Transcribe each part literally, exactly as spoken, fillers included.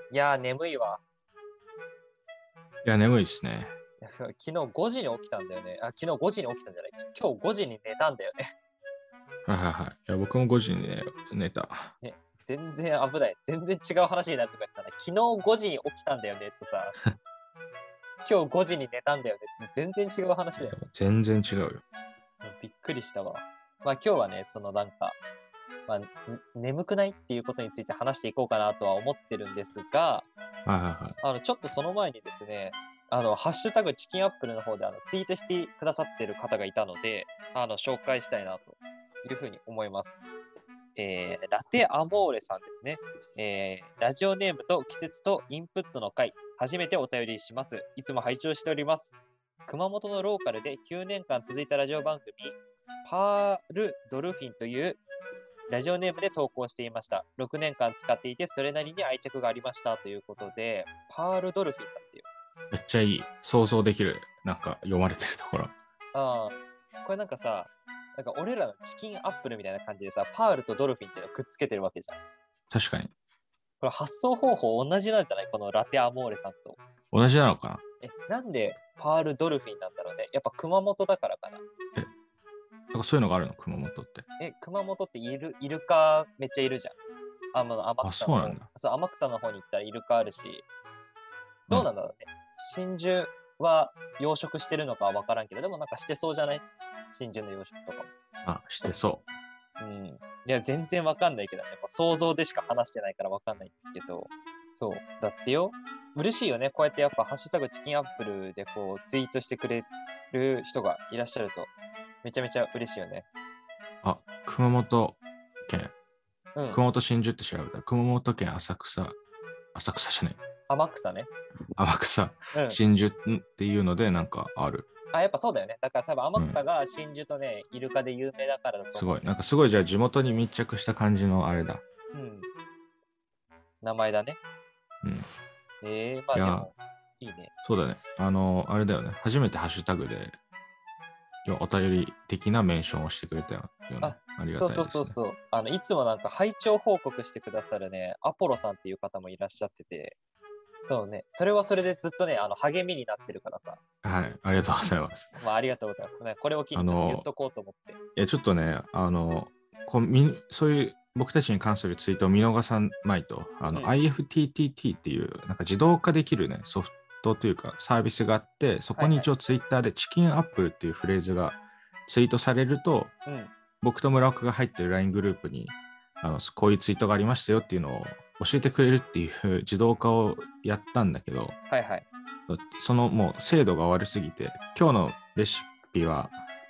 いやー、眠いわ。 いや、眠いっすね。 昨日ごじに起きたんだよね。あ、昨日ごじに起きたんじゃない。今日ごじに寝たんだよね。 はいはいはい。いや、僕もごじに、ね、寝た。 ね、全然危ない。全然違う話になるとか言ったら、昨日ごじに起きたんだよねとさ、今日ごじに寝たんだよねって全然違う話だよ。 全然違うよ。 びっくりしたわ。まあ今日はね、そのなんか、まあ、眠くないっていうことについて話していこうかなとは思ってるんですが、 はいはいはい。 あの、ちょっとその前にですね、あの、ハッシュタグチキンアップルの方であのツイートしてくださってる方がいたので、あの、紹介したいなというふうに思います。えー、ラテアモーレさんですね。えー、ラジオネームと季節とインプットの回、初めてお便りします。いつも拝聴しております。熊本のローカルできゅうねんかん続いたラジオ番組、パールドルフィンというラジオネームで投稿していました。ろくねんかん使っていて、それなりに愛着がありましたということで、パールドルフィンだってよ。 めっちゃいい。想像できる。なんか読まれてるところ。 ああ、これなんかさ、なんか俺らのチキンアップルみたいな感じでさ、パールとドルフィンっていうのをくっつけてるわけじゃん。 確かに。 これ発想方法同じなんじゃない？このラテアモーレさんと。 同じなのかな。 え、なんでパールドルフィンなんだろうね。やっぱ熊本だからかな。 え、なんかそういうのがあるの熊本って。 え、熊本ってイルイルカめっちゃいるじゃん。あ、まあ、天あ、 草の方そうなんだ。 そう、天草の方に行ったらイルカあるし、 うん。 どうなんだろうね。真珠は養殖してるのかは分からんけど、でもなんかしてそうじゃない？真珠の養殖とかも。 あ、してそうん。いや、全然分かんないけどね。やっぱ想像でしか話してないから分かんないんですけど。そう。だってよ。嬉しいよね。こうやってやっぱハッシュタグチキンアップルでこうツイートしてくれる人がいらっしゃると、めちゃめちゃ嬉しいよね。 う。あ、熊本県。 うん。 熊本真珠って調べたら、熊本県浅草、浅草じゃない。 天草ね。 天草うん。 真珠っていうのでなんかある。 あ、やっぱそうだよね。だから多分天草が真珠とね、イルカで有名だからだとすごい。 思うんだよ。 なんかすごいじゃあ地元に密着した感じのあれだ。 うん。名前だね。 うん。 ええー、まあいや、 でも、いいね。 そうだね。あの、あれだよね。初めてハッシュタグでお便り的なメンションをしてくれたよね。 あ、 ありがそうたいですね。 そうそうそう。あの、いつもなんか拝聴報告してくださるね、アポロさんっていう方もいらっしゃってて、そうね、それはそれでずっとね、あの、励みになってるからさ。 はい。ありがとうございます。 まあ、ありがとうございます。ね、これを機にちょっと言っとこうと思って。 いや、ちょっとね、あの、こみそういう僕たちに関するツイートを見逃さないと、あの、 うんアイエフティーティーティー っていう、なんか自動化できるね、ソフトというかサービスがあって、そこに一応ツイッターでチキンアップルっていうフレーズがツイートされると、 うん。 僕と村岡が入ってる ライン グループに、あの、こういうツイートがありましたよっていうのを教えてくれるっていう自動化をやったんだけど、 はいはい。 そのもう精度が悪すぎて、今日のレシピは、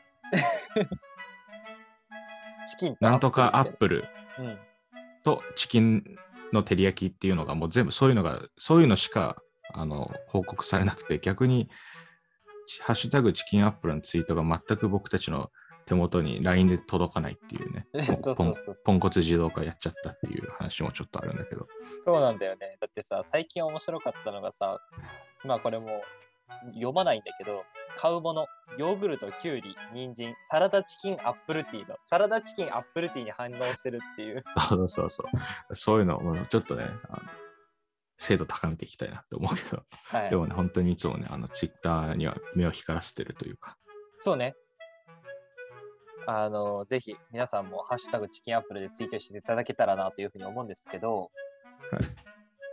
チキンとなんとかアップルうん。 とチキンの照り焼きっていうのがもう全部そういうのが、そういうのしかあの報告されなくて、逆にハッシュタグチキンアップルのツイートが全く僕たちの手元に ライン で届かないっていうね、 そうそうそう。 ポンコツ自動化やっちゃったっていう話もちょっとあるんだけど。 そうなんだよね。だってさ、最近面白かったのがさ、まあこれも読まないんだけど、買うもの、ヨーグルト、キュウリ、人参、サラダチキン、アップルティーの、サラダチキン、アップルティーに反応してるっていう。 そうそうそう。そういうのをちょっとね、あの精度高めていきたいなって思うけど、 はい、 でもね、本当にいつもね、あのツイッターには目を光らせてるというか。 そうね。あの、ぜひ皆さんもハッシュタグチキンアップルでツイートしていただけたらなというふうに思うんですけど、 はい、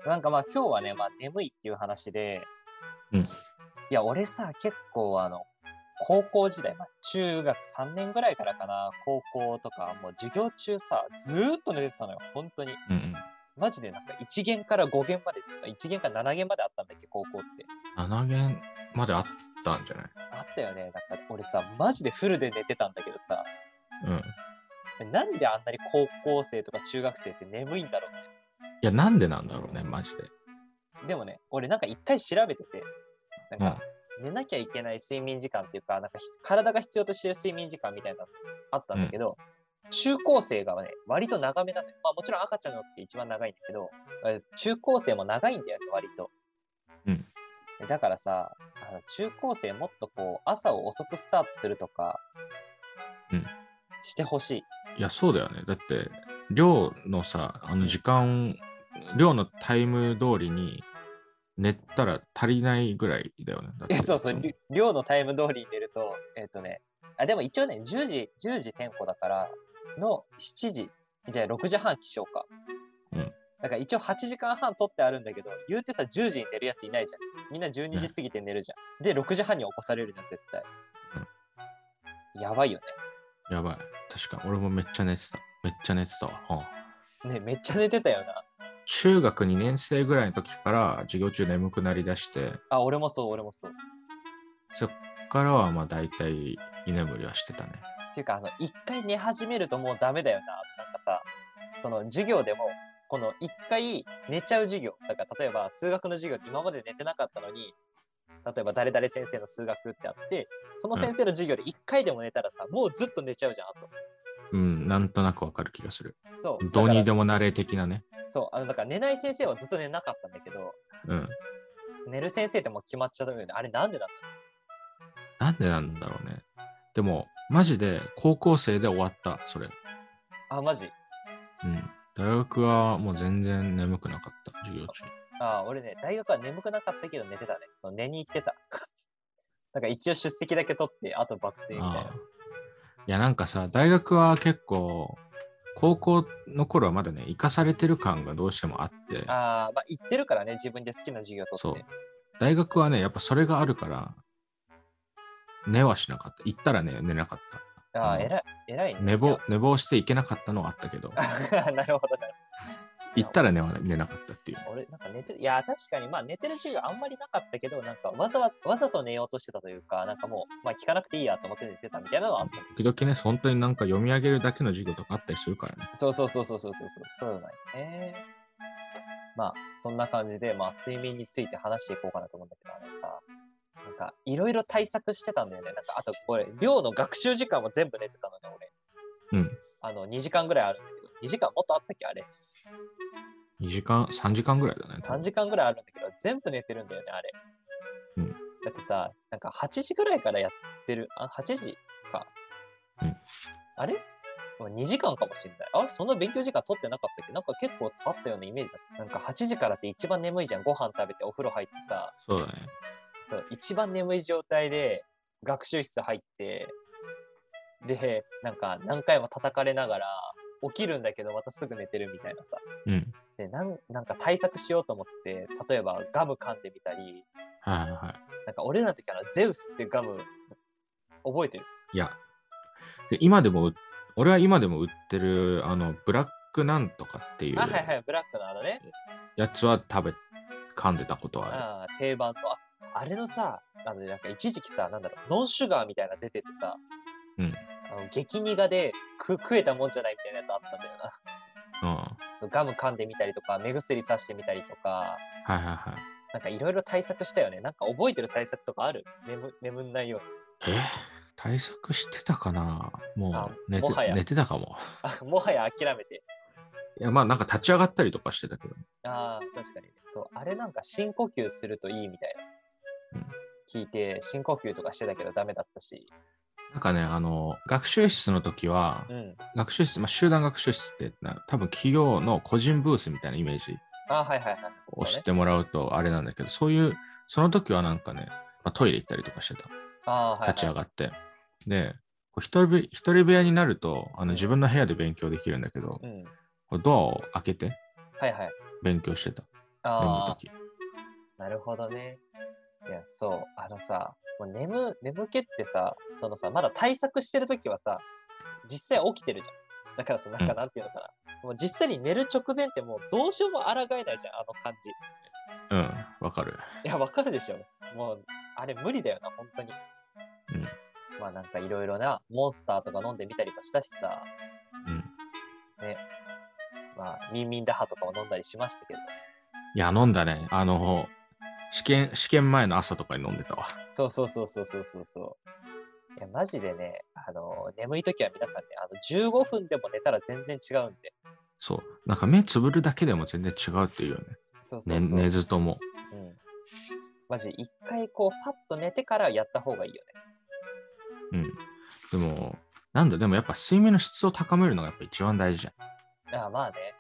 なんかまあ今日はね、まあ眠いっていう話で、 うん、 いや、俺さ、結構あの、高校時代、まあ、中学さんねんぐらいからかな、高校とか、もう授業中さ、ずーっと寝てたのよ、本当に。 うんうん、 マジでなんかいち限からご限まで、いち限からなな限まであったんだっけ、高校って。 なな限まであったんじゃない？ あったよね。なんか俺さ、マジでフルで寝てたんだけどさ、 うん。 なんであんなに高校生とか中学生って眠いんだろうね。 いや、なんでなんだろうね、マジで。 でもね、俺なんか一回調べてて、なんか、寝なきゃいけない睡眠時間っていうか、なんか体が必要としてる睡眠時間みたいなのあったんだけど、うん、中高生がね、割と長めなんだよ。まあもちろん赤ちゃんの時一番長いんだけど、中高生も長いんだよね、割と。 うん。 だからさ、あの中高生もっとこう、朝を遅くスタートするとか、 うん。 してほしい。 いや、そうだよね。だって、寮のさ、あの時間寮のタイム通りに寝たら足りないぐらいだよね。だってえ、そうそう、 いつもり寮のタイム通りに寝ると、えっ、とね、あ、でも一応ね、じゅうじ、じゅうじ転校だからのしちじ、じゃあろくじはん起床か。 うんだから一応はちじかんはん取ってあるんだけど、言うてさ、じゅうじに寝るやついないじゃん。みんなじゅうにじ過ぎて寝るじゃん。で、ろくじはんに起こされるじゃん、絶対。やばいよやばい。確か、俺もめっちゃ寝てた。めっちゃ寝てたわ。うんね。ね、めっちゃ寝てたよな。 中学にねん生ぐらいの時から授業中眠くなりだして、 あ、俺もそう、俺もそう。 そっからはまあ大体居眠りはしてたね。 っていうか、あの、一回寝始めるともうダメだよな。なんかさ、その授業でも、この一回寝ちゃう授業。だから例えば数学の授業って今まで寝てなかったのに、例えば誰々先生の数学ってあって、その先生の授業で一回でも寝たらさ、もうずっと寝ちゃうじゃん、あと。 うん、なんとなくわかる気がする。 そう。 どうにでも。 もなれ的なね。 そう。あの、だから寝ない先生はずっと寝なかったんだけど、 うん。 寝る先生ってもう決まっちゃったよね。あれなんでだっなんでなんだろうね。でも、マジで高校生で終わった、それ。 たの？あ、マジ？ うん。大学はもう全然眠くなかった、授業中。 あ、俺ね、大学は眠くなかったけど寝てたね。その寝に行ってた。なんか一応出席だけ取って、あと爆睡みたいな。 ああ。いや、なんかさ、大学は結構、高校の頃はまだね、生かされてる感がどうしてもあって、 ああ、まあ行ってるからね、自分で好きな授業取そうって。。 大学はね、やっぱそれがあるから、寝はしなかった。行ったらね、寝なかった。 ああ、 あの偉い、偉いね。 寝坊、寝坊して行けなかったのはあったけど、 なるほど、なるほど。 行ったら寝は寝なかったっていう。 俺、なんか寝てる、いや、確かに、まあ寝てる授業あんまりなかったけど、なんかわざわわざと寝ようとしてたというか、なんかもう、まあ聞かなくていいやと思って寝てたみたいなのはあった。 時々ね、本当になんか読み上げるだけの授業とかあったりするからね。 そうそうそうそうそうそうそう、そうなんよね。まあ、そんな感じで、まあ睡眠について話していこうかなと思うんだけど、あのさ、なんかいろいろ対策してたんだよね。なんか、あとこれ、寮の学習時間も全部寝てたのね、俺。 うん。 あの、にじかんぐらいあるんだけど、にじかんもっとあったっけあれ。 にじかん、さんじかんぐらいだね。 さんじかんぐらいあるんだけど、全部寝てるんだよね、あれ。 うん。 だってさ、なんかはちじぐらいからやってる、あ、はちじか。 うん。 あれもうにじかんかもしれない。あれそんな勉強時間取ってなかったっけ？なんか結構あったようなイメージだった。なんかはちじからって一番眠いじゃん。ご飯食べてお風呂入ってさ。 そうだね。 そう、一番眠い状態で学習室入って、で、なんか何回も叩かれながら起きるんだけどまたすぐ寝てるみたいなさ。 うん。 で、なんなんか対策しようと思って、例えばガム噛んでみたり、 はいはいはい。 なんか俺らの時からゼウスってガム覚えてる？ いや、で今でもう、俺は今でも売ってる、あの、ブラックなんとかっていうあ、はいはい、ブラックのあのね。 やつは食べ、噛んでたことはある。 あー定番の、あ、あれのさ、あのなんか一時期さ、なんだろう、ノンシュガーみたいなの出ててさ、 うん。 あの激苦で食食えたもんじゃないみたいなやつあったんだよな。 うん。 そうガム噛んでみたりとか、目薬さしてみたりとか、 はいはいはい。 なんかいろいろ対策したよね。なんか覚えてる対策とかある？眠眠んないように。 え対策してたかなもあう寝てもはや寝てたかも。 あ、もはや諦めて。 いや、まあなんか立ち上がったりとかしてたけど。 ああ、確かにね。そう、あれなんか深呼吸するといいみたいな。 うん聞いて、深呼吸とかしてたけどダメだったし。 なんかね、あの、学習室の時は、 うん。 学習室、まあ、集団学習室ってな、多分企業の個人ブースみたいなイメージああ、はいはいはい。 を知っそうね。 てもらうとあれなんだけど、そういう、その時はなんかね、まあ、トイレ行ったりとかしてた。 ああ、はい、はい。 立ち上がって。で、こう一人部一人部屋になると、あのうん自分の部屋で勉強できるんだけど、 うん。 こうドアを開けてはいはい。 勉強してた。眠いあ時。 あ、なるほどね。いや、そう。あのさ、もう眠、眠気ってさ、そのさ、まだ対策してる時はさ、実際起きてるじゃん。だからさ、なんかなんていうのかな。もう実際に寝る直前ってもうどうしようも抗えないじゃん、あの感じ。 うん、わかる。 いや、わかるでしょ。もう、あれ無理だよな、本当に。 うん。 まあなんかいろいろな、モンスターとか飲んでみたりもしたしさ、 うん。 ね。まあ、ミンミンダハとかも飲んだりしましたけど。 いや、飲んだね。あの、試験、試験前の朝とかに飲んでたわ。 そうそうそうそうそうそうそう。いや、マジでね、あの、眠い時は皆さんね、あの、じゅうごふんでも寝たら全然違うんで。 そう。なんか目つぶるだけでも全然違うっていうよね。 そうそうそう。 ね、寝ずとも。 うん。マジ、一回こう、パッと寝てからやった方がいいよね。 うん。でも、なんだ、でもやっぱ睡眠の質を高めるのがやっぱ一番大事じゃん。 ああ、まあね。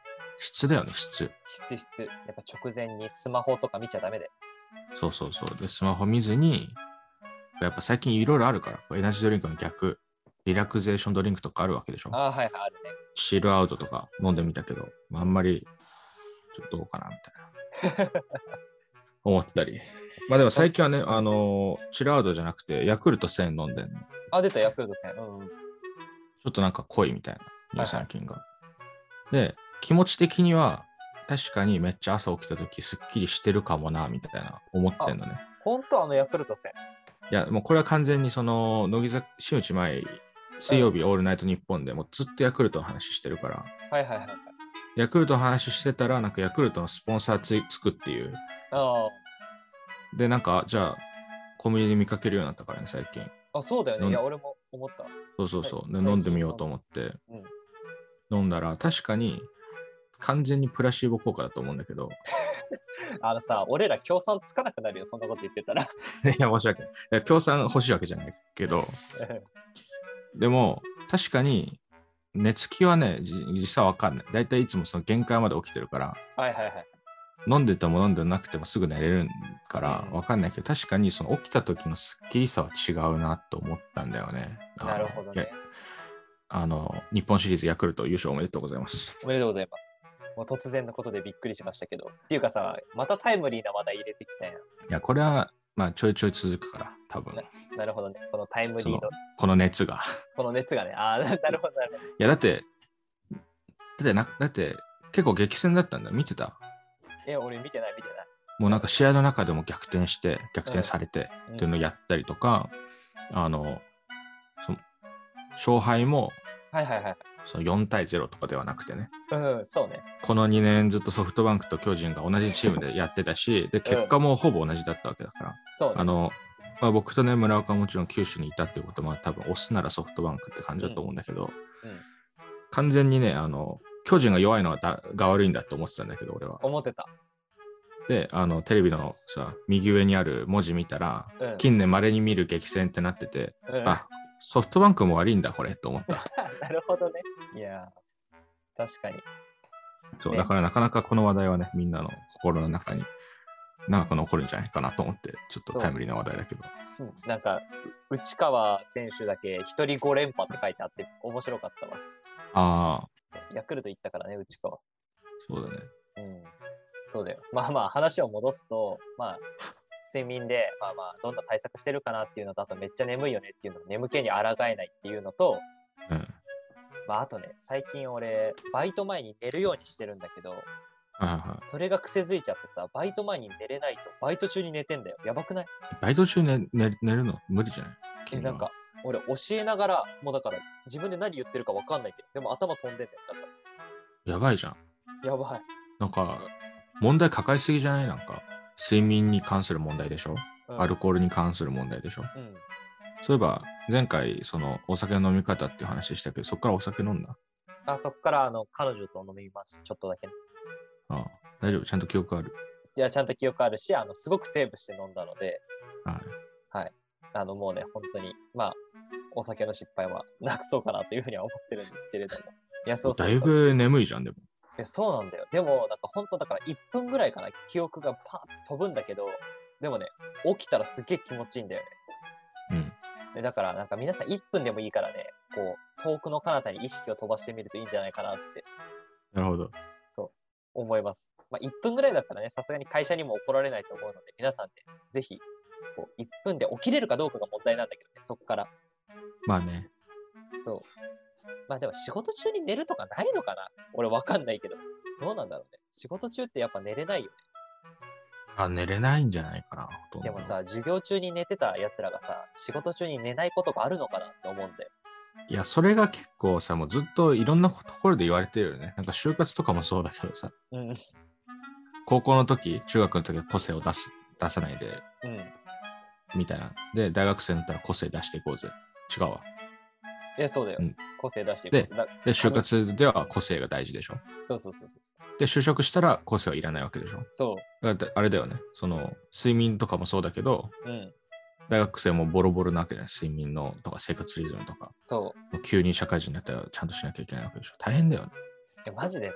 質だよね、質。 質質。やっぱ直前にスマホとか見ちゃダメで。 そうそうそう。で、スマホ見ずに、やっぱ最近いろいろあるから、エナジードリンクの逆、リラクゼーションドリンクとかあるわけでしょ。 ああ、はいはい、あるね。 シールアウトとか飲んでみたけど、あんまり、ちょっとどうかな、みたいな。思ったり。まあでも最近はね、あのー、チルアウトじゃなくて、ヤクルトせん飲んでんの。 あ、出た、ヤクルトせん。うんうん。 ちょっとなんか濃いみたいな、乳酸菌が。はいはい、で、気持ち的には、確かにめっちゃ朝起きたときすっきりしてるかもな、みたいな思ってんのね。 本当あのヤクルトせん。 いや、もうこれは完全にその、乃木坂、新内前、水曜日オールナイトニッポンでもうずっとヤクルトの話してるから、 はいはいはい。 ヤクルトの話してたら、なんかヤクルトのスポンサーつつくっていう。 あで、なんか、じゃあ、コンビニで見かけるようになったからね、最近。 あ、そうだよね。いや、俺も思った。 そうそうそう。で、飲んでみようと思って、うん、飲んだら、確かに、完全にプラシーボ効果だと思うんだけど。 あのさ、俺ら協賛つかなくなるよ、そんなこと言ってたら。いや、申し訳ない。協賛欲しいわけじゃないけど、でも、確かに、寝つきはね、実際わかんない。だいたいいつもその限界まで起きてるから、 はいはいはい。 飲んでても飲んでなくてもすぐ寝れるからわかんないけど、確かにその起きた時のスッキリさは違うなと思ったんだよね。 なるほどね。 あの、日本シリーズヤクルト優勝おめでとうございます。 おめでとうございます。もう突然のことでびっくりしましたけど。っていうかさ、またタイムリーな話題入れてきたやん。いや、これは、まあ、ちょいちょい続くから、多分。 な, なるほどね。このタイムリーの。 この熱が。 この熱がね。ああ、なるほど、なるほど。いや、だって、だってな、だって結構激戦だったんだ。見てた？ え、俺見てない、見てない。 もうなんか試合の中でも逆転して、逆転されてっていうのをやったりとか、うん、あの、その勝敗も、 はいはいはい。 そのよんたいゼロとかではなくてね。 うん、そうね。 このにねんずっとソフトバンクと巨人が同じチームでやってたし、で、結果もほぼ同じだったわけだから。 そうね。 あの、まあ、僕とね、村岡はもちろん九州にいたっていうことも多分押すならソフトバンクって感じだと思うんだけど、うんうん、完全にね、あの、巨人が弱いのはだが悪いんだって思ってたんだけど、俺は。 思ってた。 で、あの、テレビのさ、右上にある文字見たら、うん、近年稀に見る激戦ってなってて、うん、あ、ソフトバンクも悪いんだ、これ、と思った。 なるほどね。いや、確かに。 そう、ね、だからなかなかこの話題はね、みんなの心の中に長く残るんじゃないかなと思って、ちょっとタイムリーな話題だけど。 うん、なんか、内川選手だけ一人ご連覇って書いてあって面白かったわ。 ああ。ヤクルト行ったからね、内川。 そうだね。 うん。そうだよ。まあまあ話を戻すと、まあ、睡眠で、まあまあ、どんな対策してるかなっていうのと、あとめっちゃ眠いよねっていうの、眠気に抗えないっていうのと、 うん。 まあ、あとね、最近俺、バイト前に寝るようにしてるんだけど、それが癖づいちゃってさ、バイト前に寝れないと、バイト中に寝てんだよ。やばくない？ バイト中に 寝, 寝, 寝るの無理じゃない？ え、なんか、俺教えながら、もうだから自分で何言ってるか分かんないんで、でも頭飛んでんだよ。だからやばいじゃん。 やばい。 なんか、問題抱えすぎじゃない？なんか、睡眠に関する問題でしょ、うん、アルコールに関する問題でしょ、うん、そういえば、前回、その、お酒の飲み方っていう話したけど、そっからお酒飲んだ？ あ、そっから、あの、彼女と飲みます。ちょっとだけね。 ああ、大丈夫？ちゃんと記憶ある？ いや、ちゃんと記憶あるし、あの、すごくセーブして飲んだので、 はい。 はい。あの、もうね、本当に、まあ、お酒の失敗はなくそうかなというふうには思ってるんですけれども。いや、そうそう。 だいぶ眠いじゃん、でも。 え、そうなんだよ。でも、なんか本当だからいっぷんぐらいかな、記憶がパーッと飛ぶんだけど、でもね、起きたらすげえ気持ちいいんだよね。 うん。 でだからなんか皆さんいっぷんでもいいからね、こう、遠くの彼方に意識を飛ばしてみるといいんじゃないかなって。 なるほど。 そう、思います。まあいっぷんぐらいだったらね、さすがに会社にも怒られないと思うので、皆さんね、ぜひ、こう、いっぷんで起きれるかどうかが問題なんだけどね、そこから。 まあね。 そう。まあでも仕事中に寝るとかないのかな？俺わかんないけど。どうなんだろうね。仕事中ってやっぱ寝れないよね。 あ、寝れないんじゃないかな。ほとんど。 でもさ、授業中に寝てた奴らがさ、仕事中に寝ないことがあるのかなって思うんで。 いや、それが結構さ、もうずっといろんなところで言われてるよね。なんか就活とかもそうだけどさ。 うん。 高校の時、中学の時は個性を出す、出さないで、うん。みたいな。で、大学生になったら個性出していこうぜ。違うわ。 え、そうだよ。うん、個性出していこう。で、で就活では個性が大事でしょ。 そうそうそうそう。 で、就職したら個性はいらないわけでしょ。 そう。 だってあれだよね。その、睡眠とかもそうだけど、うん、大学生もボロボロなわけじゃない。睡眠のとか生活リズムとか。 そう。 もう急に社会人になったらちゃんとしなきゃいけないわけでしょ。大変だよね。 いや、マジでね。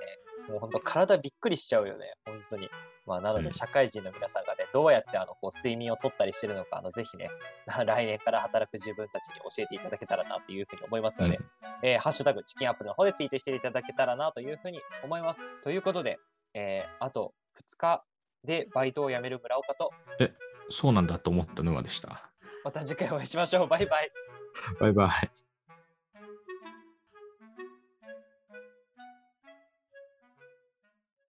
もう本当体びっくりしちゃうよね、本当に。まあ、なのうんで、社会人の皆さんがね、どうやってあのこう睡眠をとったりしてるのか、あのぜひね、来年から働く自分たちに教えていただけたらなというふうに思いますので、 うんえーハッシュタグチキンアップルの方でツイートしていただけたらなというふうに思います。ということで、えーあとふつかでバイトを辞める村岡と、 え、そうなんだと思った沼でした。 また次回お会いしましょう。バイバイ。 バイバイ。